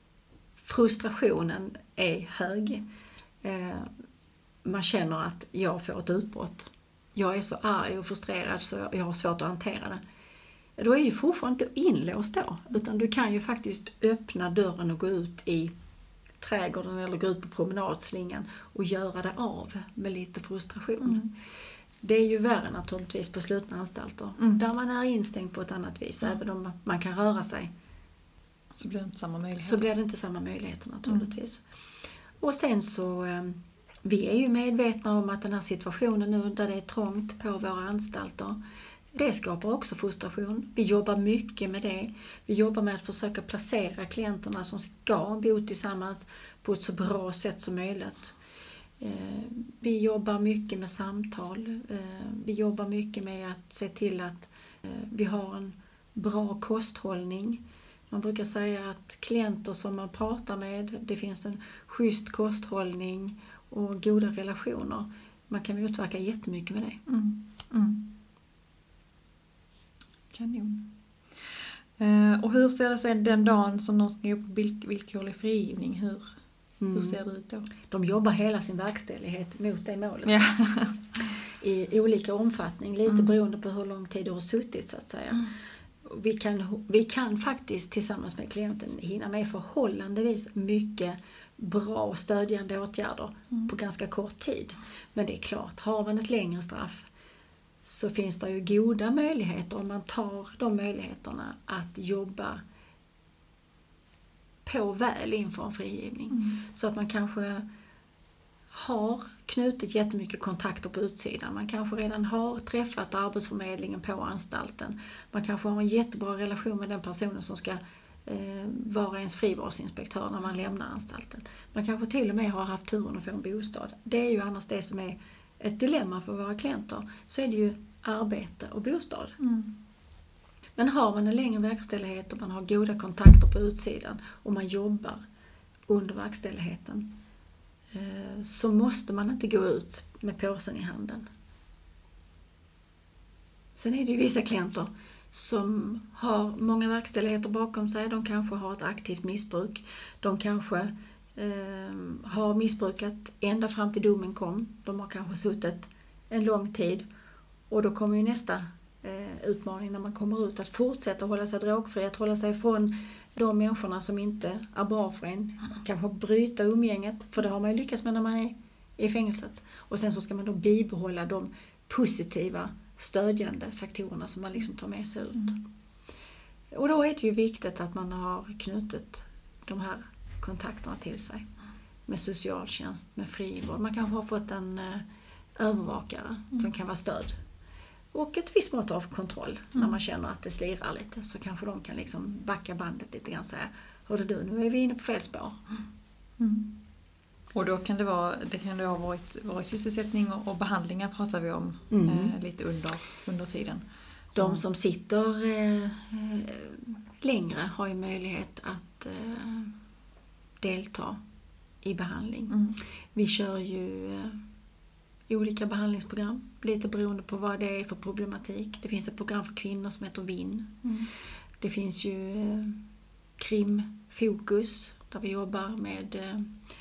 frustrationen är hög, eh, man känner att jag får ett utbrott, jag är så arg och frustrerad så jag har svårt att hantera det, då är ju fortfarande inte inlåst då, utan du kan ju faktiskt öppna dörren och gå ut i trädgården eller gå ut på promenadslingan och göra det av med lite frustration. Mm. Det är ju värre naturligtvis på slutna anstalter. Mm. Där man är instängd på ett annat vis. Mm. Även om man kan röra sig. Så blir det inte samma möjlighet. Så blir det inte samma möjligheter naturligtvis. Mm. Och sen så, vi är ju medvetna om att den här situationen nu där det är trångt på våra anstalter, det skapar också frustration. Vi jobbar mycket med det. Vi jobbar med att försöka placera klienterna som ska bo tillsammans på ett så bra sätt som möjligt. Vi jobbar mycket med samtal. Vi jobbar mycket med att se till att vi har en bra kosthållning. Man brukar säga att klienter som man pratar med, det finns en schysst kosthållning och goda relationer. Man kan motverka jättemycket med det. Mm. Mm. Kanon. Eh, och hur ser det sig den dagen som de ska gå på vill- villkorlig frigivning? Hur, mm. hur ser det ut då? De jobbar hela sin verkställighet mot det målet. Ja. I olika omfattning, lite mm. beroende på hur lång tid du har suttit så att säga. Mm. Vi kan, vi kan faktiskt tillsammans med klienten hinna med förhållandevis mycket bra och stödjande åtgärder mm. på ganska kort tid. Men det är klart, har man ett längre straff så finns det ju goda möjligheter om man tar de möjligheterna att jobba på väl inför en frigivning. Mm. Så att man kanske har knutit jättemycket kontakter på utsidan. Man kanske redan har träffat arbetsförmedlingen på anstalten. Man kanske har en jättebra relation med den personen som ska eh, vara ens frivårdsinspektör när man lämnar anstalten. Man kanske till och med har haft turen att få en bostad. Det är ju annars det som är ett dilemma för våra klienter. Så är det ju arbete och bostad. Mm. Men har man en längre verkställighet och man har goda kontakter på utsidan och man jobbar under verkställigheten så måste man inte gå ut med påsen i handen. Sen är det ju vissa klienter som har många verkställigheter bakom sig. De kanske har ett aktivt missbruk. De kanske eh, har missbrukat ända fram till domen kom. De har kanske suttit en lång tid. Och då kommer ju nästa eh, utmaning när man kommer ut. Att fortsätta hålla sig drogfri. Att hålla sig ifrån de människorna som inte är bra för en. Kanske bryta umgänget. För det har man ju lyckats med när man är i fängelset. Och sen så ska man då bibehålla de positiva stödjande faktorerna som man liksom tar med sig ut. Mm. Och då är det ju viktigt att man har knutit de här kontakterna till sig. Med socialtjänst, med frivård. Man kanske har fått en eh, övervakare mm. som kan vara stöd. Och ett visst mått av kontroll. Mm. När man känner att det slirar lite så kanske de kan liksom backa bandet lite grann och säga: hörde du, nu är vi inne på fel spår. Mm. Och då kan det vara, det kan det ha varit, varit sysselsättning och, och behandlingar pratar vi om mm. eh, lite under, under tiden. Så. De som sitter eh, längre har ju möjlighet att eh, delta i behandling. Mm. Vi kör ju eh, olika behandlingsprogram, lite beroende på vad det är för problematik. Det finns ett program för kvinnor som heter V I N. Mm. Det finns ju eh, krimfokus där vi jobbar med eh,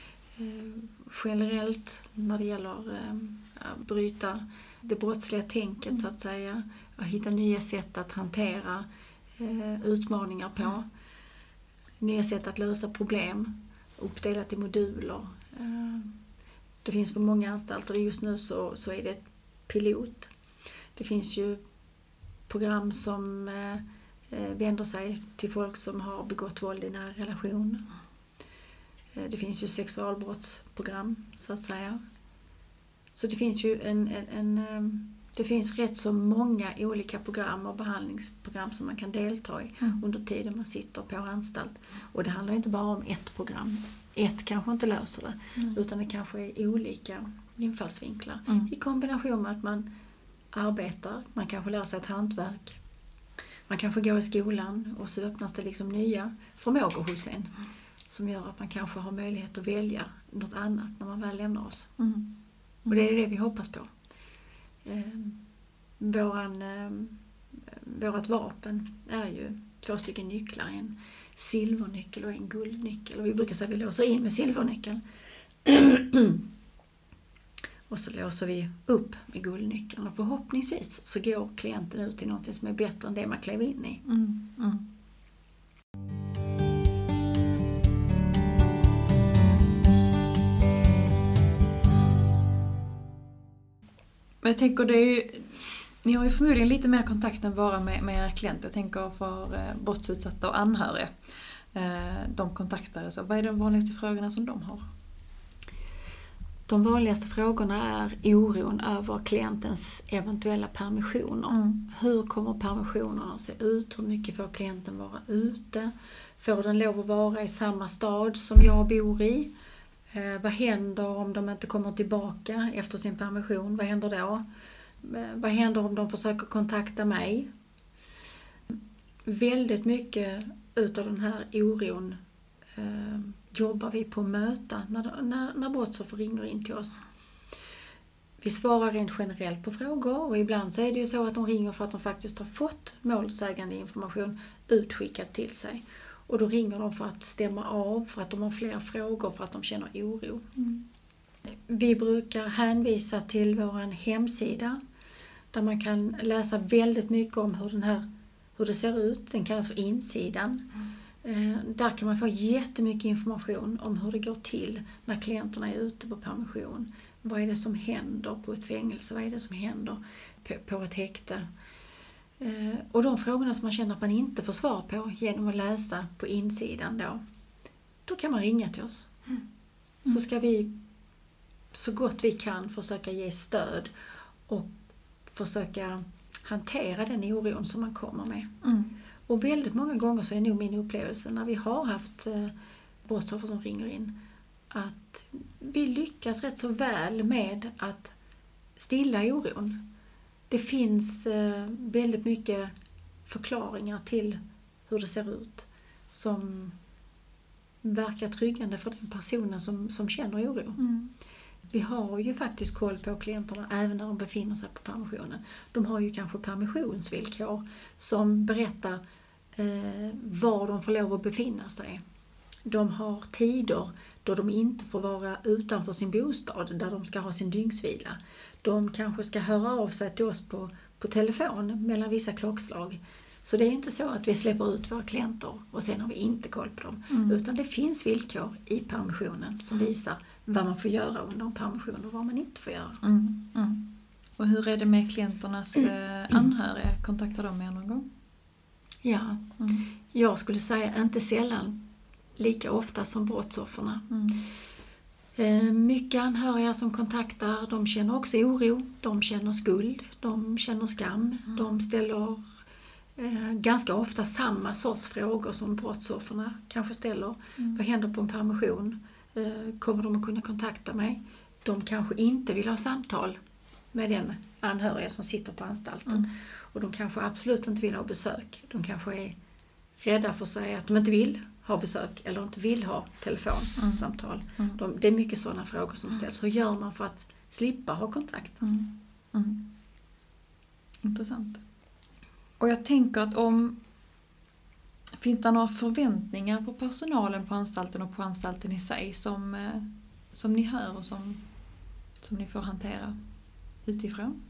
generellt när det gäller eh, att bryta det brottsliga tänket mm. så att säga. Att hitta nya sätt att hantera eh, utmaningar på. Mm. Nya sätt att lösa problem. Uppdelat i moduler. Eh, det finns på många anstalter. Just nu så, så är det ett pilot. Det finns ju program som eh, vänder sig till folk som har begått våld i nära relation. Det finns ju sexualbrottsprogram så att säga. Så det finns ju en, en, en det finns rätt så många olika program och behandlingsprogram som man kan delta i mm. under tiden man sitter på anstalt. Och det handlar inte bara om ett program. Ett kanske inte löser det. Mm. Utan det kanske är olika infallsvinklar. Mm. I kombination med att man arbetar. Man kanske lär sig ett hantverk. Man kanske går i skolan och så öppnas det liksom nya förmågor hos en. Som gör att man kanske har möjlighet att välja något annat när man väl lämnar oss. Mm. Mm. Och det är det vi hoppas på. Eh, våran, eh, vårat vapen är ju två stycken nycklar. En silvernyckel och en guldnyckel. Och vi brukar säga att vi låser in med silvernyckeln. Och så låser vi upp med guldnyckeln. Och förhoppningsvis så går klienten ut till något som är bättre än det man klev in i. Mm. Mm. Men jag tänker det är ju, ni har ju förmodligen lite mer kontakt än bara med, med era klienter. Jag tänker för eh, brottsutsatta och anhöriga. Eh, de kontaktar, så vad är de vanligaste frågorna som de har? De vanligaste frågorna är oron över klientens eventuella permissioner. Mm. Hur kommer permissionerna att se ut? Hur mycket får klienten vara ute? Får den lov att vara i samma stad som jag bor i? Eh, vad händer om de inte kommer tillbaka efter sin permission? Vad händer då? Eh, vad händer om de försöker kontakta mig? Väldigt mycket utav den här oron eh, jobbar vi på att möta när, när, när brottsoffer ringer in till oss. vi svarar rent generellt på frågor och ibland så är det ju så att de ringer för att de faktiskt har fått målsägande information utskickad till sig. Och då ringer de för att stämma av, för att de har flera frågor, för att de känner oro. Mm. Vi brukar hänvisa till vår hemsida där man kan läsa väldigt mycket om hur, den här, hur det ser ut. Den kallas för insidan. Mm. Eh, där kan man få jättemycket information om hur det går till när klienterna är ute på permission. Vad är det som händer på ett fängelse? Vad är det som händer på, på ett häkte? Eh, och de frågorna som man känner att man inte får svar på genom att läsa på insidan då, då kan man ringa till oss. Mm. Så ska vi så gott vi kan försöka ge stöd och försöka hantera den oron som man kommer med. Mm. Och väldigt många gånger så är nog min upplevelse när vi har haft eh, brottsoffer som ringer in att vi lyckas rätt så väl med att stilla oron. Det finns eh, väldigt mycket förklaringar till hur det ser ut som verkar tryggande för den personen som, som känner oro. Mm. Vi har ju faktiskt koll på klienterna även när de befinner sig på permissionen. De har ju kanske permissionsvillkor som berättar eh, var de får lov att befinna sig. De har tider då de inte får vara utanför sin bostad, där de ska ha sin dygnsvila. De kanske ska höra av sig till oss på, på telefon mellan vissa klockslag. Så det är inte så att vi släpper ut våra klienter och sen har vi inte koll på dem. Mm. Utan det finns villkor i permissionen som mm. visar vad man får göra under en permission och vad man inte får göra. Mm. Mm. Och hur är det med klienternas eh, anhöriga? Kontaktar de med någon gång? Ja, mm. jag skulle säga inte sällan lika ofta som brottsoffren. Mm. Eh, mycket anhöriga som kontaktar, de känner också oro, de känner skuld, de känner skam, mm. de ställer eh, ganska ofta samma sorts frågor som brottsoffren kanske ställer. Mm. Vad händer på en permission? Eh, kommer de att kunna kontakta mig? De kanske inte vill ha samtal med den anhöriga som sitter på anstalten. Mm. Och de kanske absolut inte vill ha besök. De kanske är rädda för sig att de inte vill ha besök eller inte vill ha telefonsamtal. Mm. De, det är mycket sådana frågor som ställs. Hur gör man för att slippa ha kontakt? Mm. Mm. Intressant. Och jag tänker att om finns det några förväntningar på personalen på anstalten och på anstalten i sig som, som ni hör och som, som ni får hantera utifrån?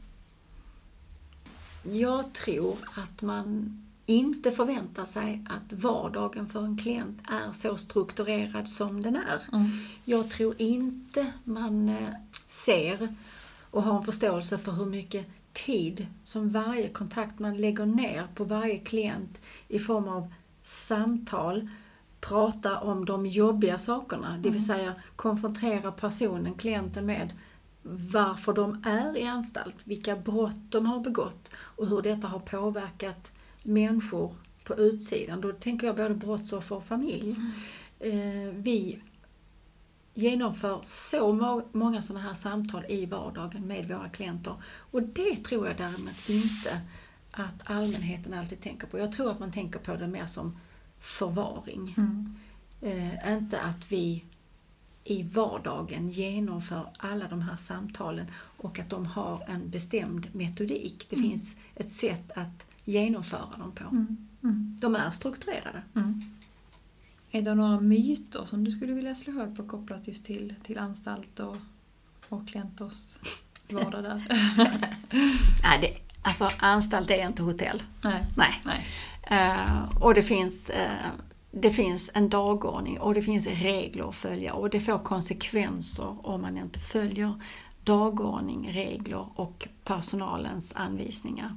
Jag tror att man inte förväntar sig att vardagen för en klient är så strukturerad som den är. Mm. Jag tror inte man ser och har en förståelse för hur mycket tid som varje kontakt man lägger ner på varje klient i form av samtal, prata om de jobbiga sakerna, mm. det vill säga konfrontera personen, klienten med varför de är i anstalt, vilka brott de har begått och hur detta har påverkat människor på utsidan. Då tänker jag både brottsoffer och familj. Mm. Eh, vi genomför så må- många sådana här samtal i vardagen med våra klienter. Och det tror jag däremot inte att allmänheten alltid tänker på. Jag tror att man tänker på det mer som förvaring. Mm. Eh, inte att vi i vardagen genomför alla de här samtalen och att de har en bestämd metodik. Det mm. finns ett sätt att genomföra dem på. Mm. Mm. De är strukturerade. Mm. Är det några myter som du skulle vilja slå hål på kopplat just till, till anstalt och, och klienters vardag där? Nej, det, alltså anstalt är inte hotell. Nej. Nej. Nej. Uh, och det finns, uh, det finns en dagordning och det finns regler att följa och det får konsekvenser om man inte följer dagordning, regler och personalens anvisningar.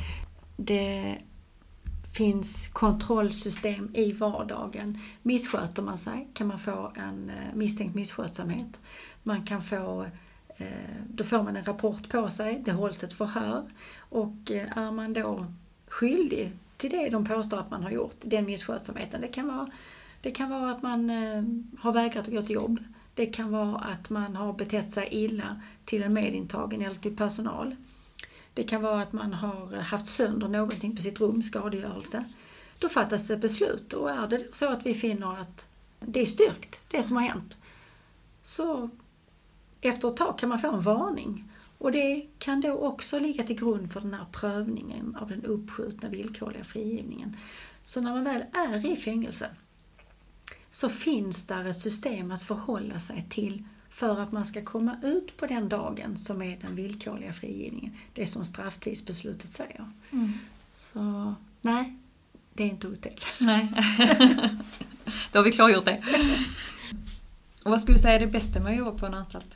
Det finns kontrollsystem i vardagen. Missköter man sig kan man få en misstänkt misskötsamhet. Man kan få, då får man en rapport på sig, det hålls ett förhör och är man då skyldig till det de påstår att man har gjort, den misskötsamheten, det kan vara, det kan vara att man har vägrat att gå till jobb. Det kan vara att man har betett sig illa till en medintagen eller till personal. Det kan vara att man har haft sönder någonting på sitt rum, skadegörelse. Då fattas ett beslut och är det så att vi finner att det är styrkt, det som har hänt. Så efter ett tag kan man få en varning Och det kan då också ligga till grund för den här prövningen av den uppskjutna villkorliga frigivningen. Så när man väl är i fängelse så finns där ett system att förhålla sig till för att man ska komma ut på den dagen som är den villkorliga frigivningen. Det som strafftidsbeslutet säger. Mm. Så nej, det är inte hotell. Nej, då har vi klargjort det. Och vad skulle du säga är det bästa med att jobba på en anstalt?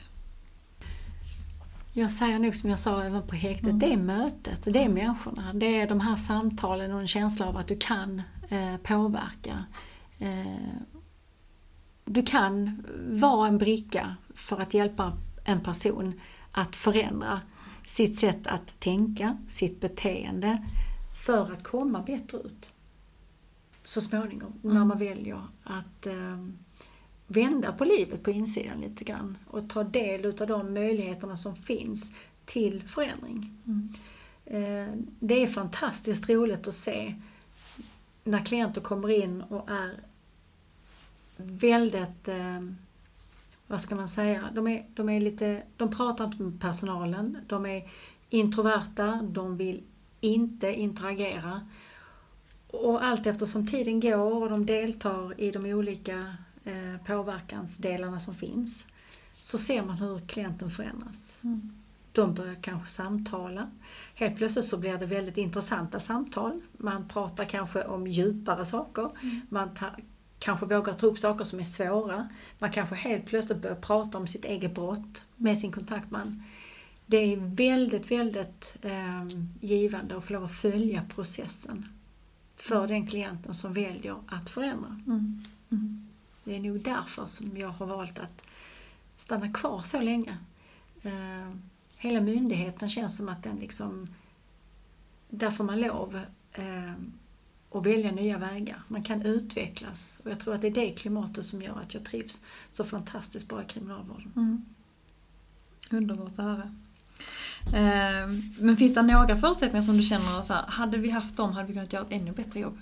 Jag säger nog som jag sa även på häktet, mm. det är mötet, det är människorna. Det är de här samtalen och en känsla av att du kan eh, påverka. Eh, du kan vara en bricka för att hjälpa en person att förändra sitt sätt att tänka, sitt beteende för att komma bättre ut. Så småningom, mm. när man väljer att eh, vända på livet på insidan lite grann och ta del av de möjligheterna som finns till förändring. Mm. Eh, det är fantastiskt roligt att se när klienter kommer in och är väldigt, eh, vad ska man säga, de är, de är lite, de pratar inte med personalen, de är introverta, de vill inte interagera. Och allt eftersom tiden går och de deltar i de olika eh, påverkansdelarna som finns så ser man hur klienten förändras. Mm. De börjar kanske samtala. Helt plötsligt så blir det väldigt intressanta samtal. Man pratar kanske om djupare saker. Mm. Man tar, kanske vågar ta upp saker som är svåra. Man kanske helt plötsligt börjar prata om sitt eget brott med sin kontaktman. Det är väldigt, väldigt eh, givande att få lov att följa processen för mm. den klienten som väljer att förändra. Mm. Mm. Det är nog därför som jag har valt att stanna kvar så länge. Eh, hela myndigheten känns som att den liksom, där får man lov eh, att välja nya vägar. Man kan utvecklas och jag tror att det är det klimatet som gör att jag trivs så fantastiskt bra i kriminalvården. Mm. Underbart att höra. Men finns det några förutsättningar som du känner så här, hade vi haft dem hade vi kunnat göra ett ännu bättre jobb?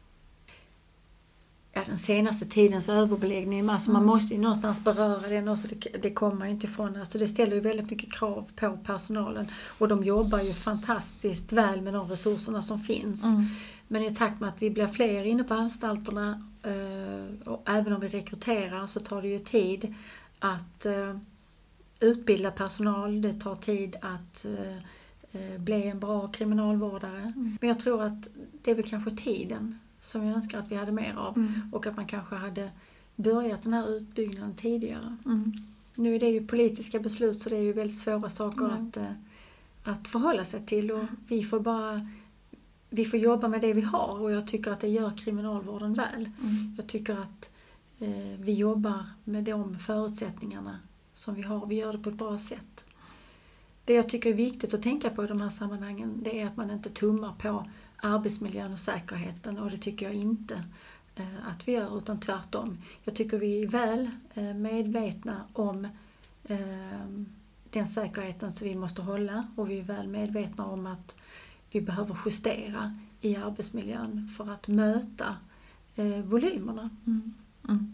Ja, den senaste tidens överbeläggning, alltså mm. man måste ju någonstans beröra den också, det, det kommer man ju inte ifrån. Alltså det ställer ju väldigt mycket krav på personalen och de jobbar ju fantastiskt väl med de resurserna som finns. Mm. Men i takt med att vi blir fler inne på anstalterna och även om vi rekryterar så tar det ju tid att utbilda personal, det tar tid att eh, bli en bra kriminalvårdare. Mm. Men jag tror att det är väl kanske tiden som jag önskar att vi hade mer av. Mm. Och att man kanske hade börjat den här utbyggnaden tidigare. Mm. Nu är det ju politiska beslut så det är ju väldigt svåra saker mm. att, eh, att förhålla sig till. Och vi får bara vi får jobba med det vi har och jag tycker att det gör kriminalvården väl. Mm. Jag tycker att eh, vi jobbar med de förutsättningarna som vi har. Vi gör det på ett bra sätt. Det jag tycker är viktigt att tänka på i de här sammanhangen det är att man inte tummar på arbetsmiljön och säkerheten och det tycker jag inte eh, att vi gör utan tvärtom. Jag tycker vi är väl eh, medvetna om eh, den säkerheten som vi måste hålla och vi är väl medvetna om att vi behöver justera i arbetsmiljön för att möta eh, volymerna. Mm. Mm.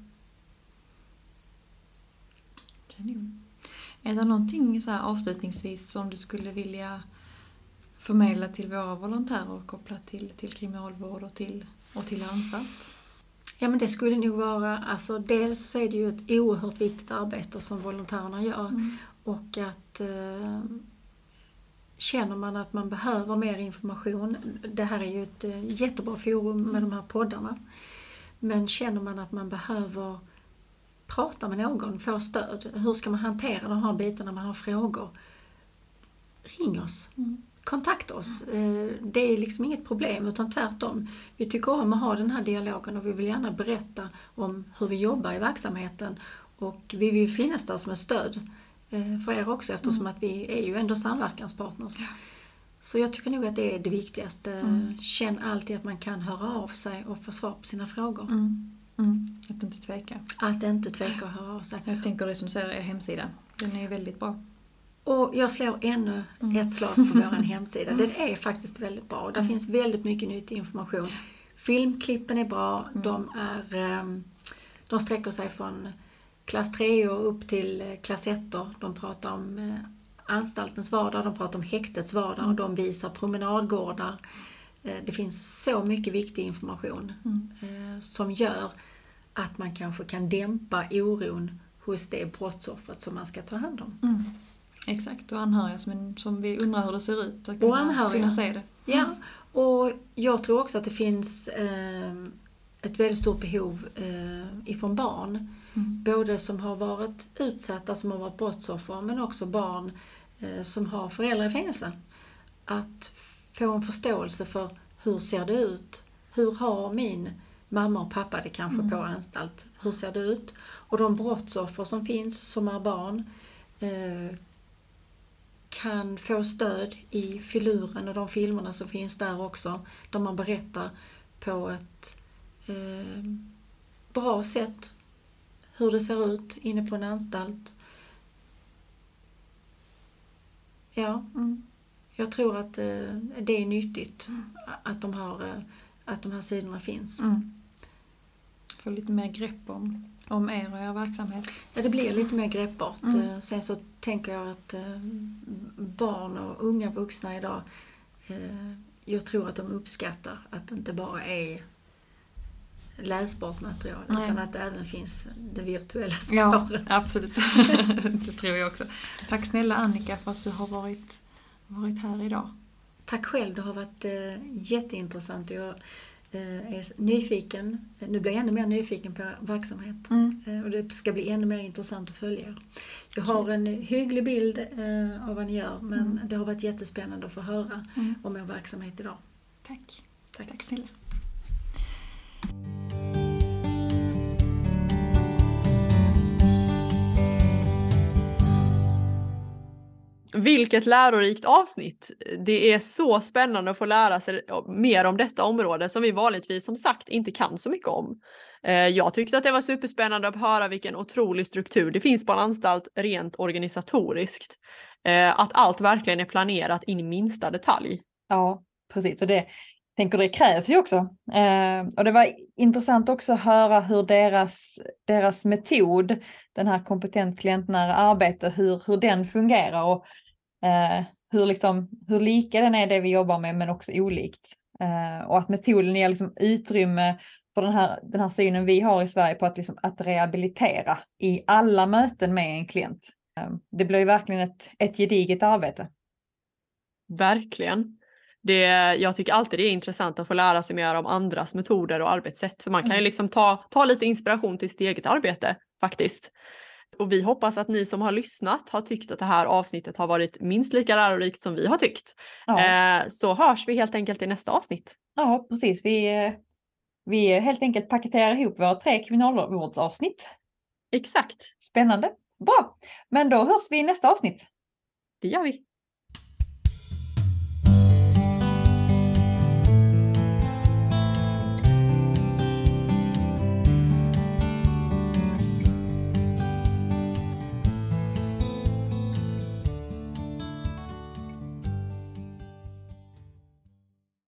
Är det någonting så här avslutningsvis som du skulle vilja förmedla till våra volontärer kopplat till, till kriminalvård och till, och till anstalt? Ja men det skulle nog vara, alltså dels så är det ju ett oerhört viktigt arbete som volontärerna gör mm. och att eh, känner man att man behöver mer information, det här är ju ett eh, jättebra forum med de här poddarna, men känner man att man behöver prata med någon, få stöd. Hur ska man hantera de här bitarna när man har frågor? Ring oss. Mm. Kontakta oss. Det är liksom inget problem utan tvärtom. Vi tycker om att ha den här dialogen och vi vill gärna berätta om hur vi jobbar i verksamheten och vi vill finnas där som ett stöd för er också eftersom mm. att vi är ju ändå samverkanspartners. Ja. Så jag tycker nog att det är det viktigaste. Mm. Känn alltid att man kan höra av sig och få svar på sina frågor. Mm. Mm. Att inte tveka. Att inte tveka och höra av sig. Jag tänker det som säger er hemsida. Den är väldigt bra. Och jag slår ännu mm. ett slag på vår hemsida. Den är faktiskt väldigt bra. Där mm. finns väldigt mycket nyttig information. Filmklippen är bra. Mm. De, är, de sträcker sig från klass tre och upp till klass ett. De pratar om anstaltens vardag, de pratar om häktets vardag och de visar promenadgårdar. Det finns så mycket viktig information mm. som gör att man kanske kan dämpa oron hos det brottsoffret som man ska ta hand om. Mm. Exakt, och anhöriga som, som vi undrar hur det ser ut. Att kunna, och anhöriga. Kunna se det. Ja, och jag tror också att det finns eh, ett väldigt stort behov eh, ifrån barn. Mm. Både som har varit utsatta, som har varit brottsoffer, men också barn eh, som har föräldrar i fängelse. Att få en förståelse för hur ser det ut? Hur har min mamma och pappa det kanske mm. på anstalt? Hur ser det ut? Och de brottsoffer som finns som är barn eh, kan få stöd i filuren och de filmerna som finns där också. Där man berättar på ett eh, bra sätt hur det ser ut inne på en anstalt. Ja, mm. jag tror att eh, det är nyttigt att de här, eh, att de här sidorna finns. Mm. Få lite mer grepp om, om er och er verksamhet. Ja, det blir lite mer greppbart. Mm. Sen så tänker jag att eh, barn och unga vuxna idag, eh, jag tror att de uppskattar att det inte bara är läsbart material, Nej. utan att det även finns det virtuella spåret. Ja, absolut. Det tror jag också. Tack snälla Annika för att du har varit, varit här idag. Tack själv, det har varit eh, jätteintressant. Jag eh, är nyfiken, nu blir jag ännu mer nyfiken på verksamhet. Mm. Eh, och det ska bli ännu mer intressant att följa. Jag har en hygglig bild eh, av vad ni gör, men mm. det har varit jättespännande att få höra mm. om er verksamhet idag. Tack. Tack, Tack snälla. Vilket lärorikt avsnitt. Det är så spännande att få lära sig mer om detta område som vi vanligtvis som sagt inte kan så mycket om. Jag tyckte att det var superspännande att höra vilken otrolig struktur det finns på en anstalt rent organisatoriskt. Att allt verkligen är planerat in i minsta detalj. Ja, precis. Och det tänker det krävs ju också. Och det var intressant också att höra hur deras, deras metod, den här kompetent klientnära arbete, hur, hur den fungerar och Uh, hur, liksom, hur lika den är det vi jobbar med men också olikt. Uh, och att metoden ger liksom utrymme för den här, den här synen vi har i Sverige på att, liksom, att rehabilitera i alla möten med en klient. Uh, det blir ju verkligen ett, ett gediget arbete. Verkligen. Det, jag tycker alltid det är intressant att få lära sig mer om andras metoder och arbetssätt. För man kan mm. ju liksom ta, ta lite inspiration till sitt eget arbete faktiskt. Och vi hoppas att ni som har lyssnat har tyckt att det här avsnittet har varit minst lika lärorikt som vi har tyckt. Ja. Eh, så hörs vi helt enkelt i nästa avsnitt. Ja, precis. Vi, vi helt enkelt paketerar ihop våra tre kriminalvårdsavsnitt. Exakt. Spännande. Bra. Men då hörs vi i nästa avsnitt. Det gör vi.